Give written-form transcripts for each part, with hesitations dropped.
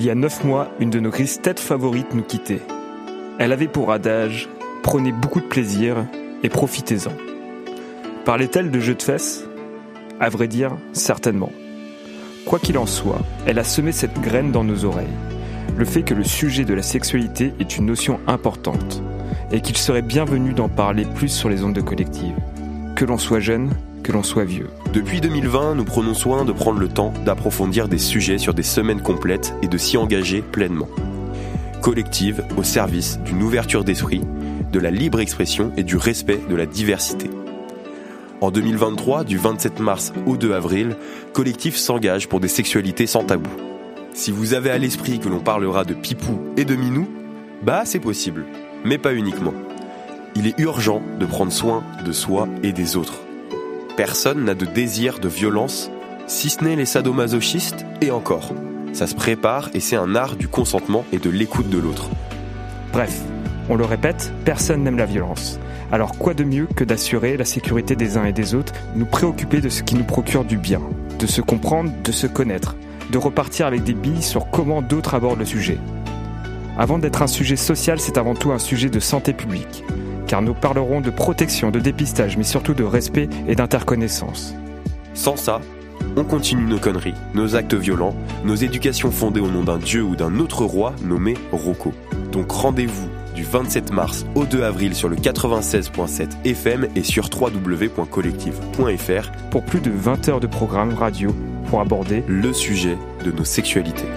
y a 9 mois, une de nos grises têtes favorites nous quittait. Elle avait pour adage « Prenez beaucoup de plaisir et profitez-en ». Parlait-elle de jeux de fesses ? À vrai dire, certainement. Quoi qu'il en soit, elle a semé cette graine dans nos oreilles. Le fait que le sujet de la sexualité est une notion importante et qu'il serait bienvenu d'en parler plus sur les ondes de Collective. Que l'on soit jeune, que l'on soit vieux. Depuis 2020, nous prenons soin de prendre le temps d'approfondir des sujets sur des semaines complètes et de s'y engager pleinement. Collective au service d'une ouverture d'esprit, de la libre expression et du respect de la diversité. En 2023, du 27 mars au 2 avril, Collective s'engage pour des sexualités sans tabou. Si vous avez à l'esprit que l'on parlera de pipou et de minou, c'est possible, mais pas uniquement. Il est urgent de prendre soin de soi et des autres. Personne n'a de désir de violence, si ce n'est les sadomasochistes, et encore. Ça se prépare et c'est un art du consentement et de l'écoute de l'autre. Bref, on le répète, personne n'aime la violence. Alors quoi de mieux que d'assurer la sécurité des uns et des autres, nous préoccuper de ce qui nous procure du bien, de se comprendre, de se connaître, de repartir avec des billes sur comment d'autres abordent le sujet. Avant d'être un sujet social, c'est avant tout un sujet de santé publique. Car nous parlerons de protection, de dépistage, mais surtout de respect et d'interconnaissance. Sans ça, on continue nos conneries, nos actes violents, nos éducations fondées au nom d'un dieu ou d'un autre roi nommé Rocco. Donc rendez-vous du 27 mars au 2 avril sur le 96.7 FM et sur www.collective.fr pour plus de 20 heures de programme radio pour aborder le sujet de nos sexualités.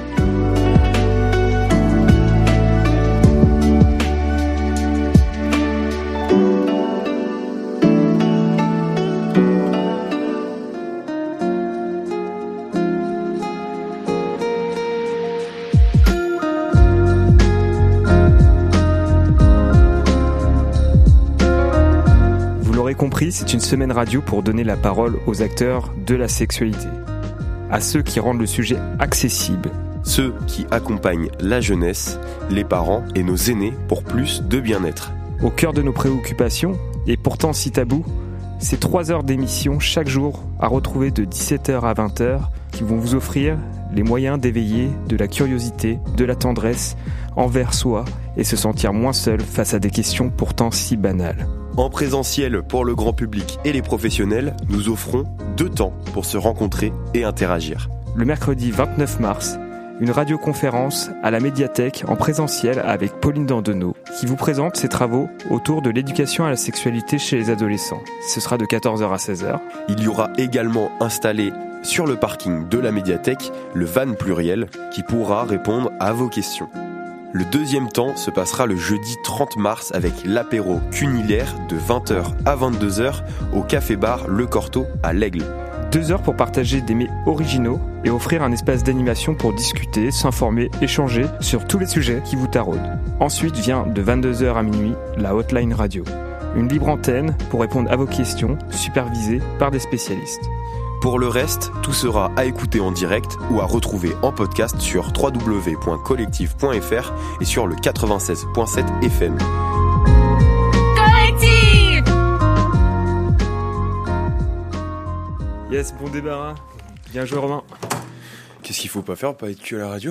Compris, c'est une semaine radio pour donner la parole aux acteurs de la sexualité, à ceux qui rendent le sujet accessible, ceux qui accompagnent la jeunesse, les parents et nos aînés pour plus de bien-être. Au cœur de nos préoccupations, et pourtant si tabou, c'est 3 heures d'émission chaque jour à retrouver de 17h à 20h qui vont vous offrir les moyens d'éveiller de la curiosité, de la tendresse envers soi et se sentir moins seul face à des questions pourtant si banales. En présentiel pour le grand public et les professionnels, nous offrons 2 temps pour se rencontrer et interagir. Le mercredi 29 mars, une radioconférence à la médiathèque en présentiel avec Pauline Dandenot qui vous présente ses travaux autour de l'éducation à la sexualité chez les adolescents. Ce sera de 14h à 16h. Il y aura également installé sur le parking de la médiathèque le van pluriel qui pourra répondre à vos questions. Le deuxième temps se passera le jeudi 30 mars avec l'apéro cunilaire de 20h à 22h au café-bar Le Corto à l'Aigle. 2 heures pour partager des mets originaux et offrir un espace d'animation pour discuter, s'informer, échanger sur tous les sujets qui vous taraudent. Ensuite vient de 22h à minuit la hotline radio. Une libre antenne pour répondre à vos questions, supervisée par des spécialistes. Pour le reste, tout sera à écouter en direct ou à retrouver en podcast sur www.collective.fr et sur le 96.7 FM. Collective! Yes, bon débarras. Bien joué Romain. Qu'est-ce qu'il faut pas faire pour pas être que à la radio ?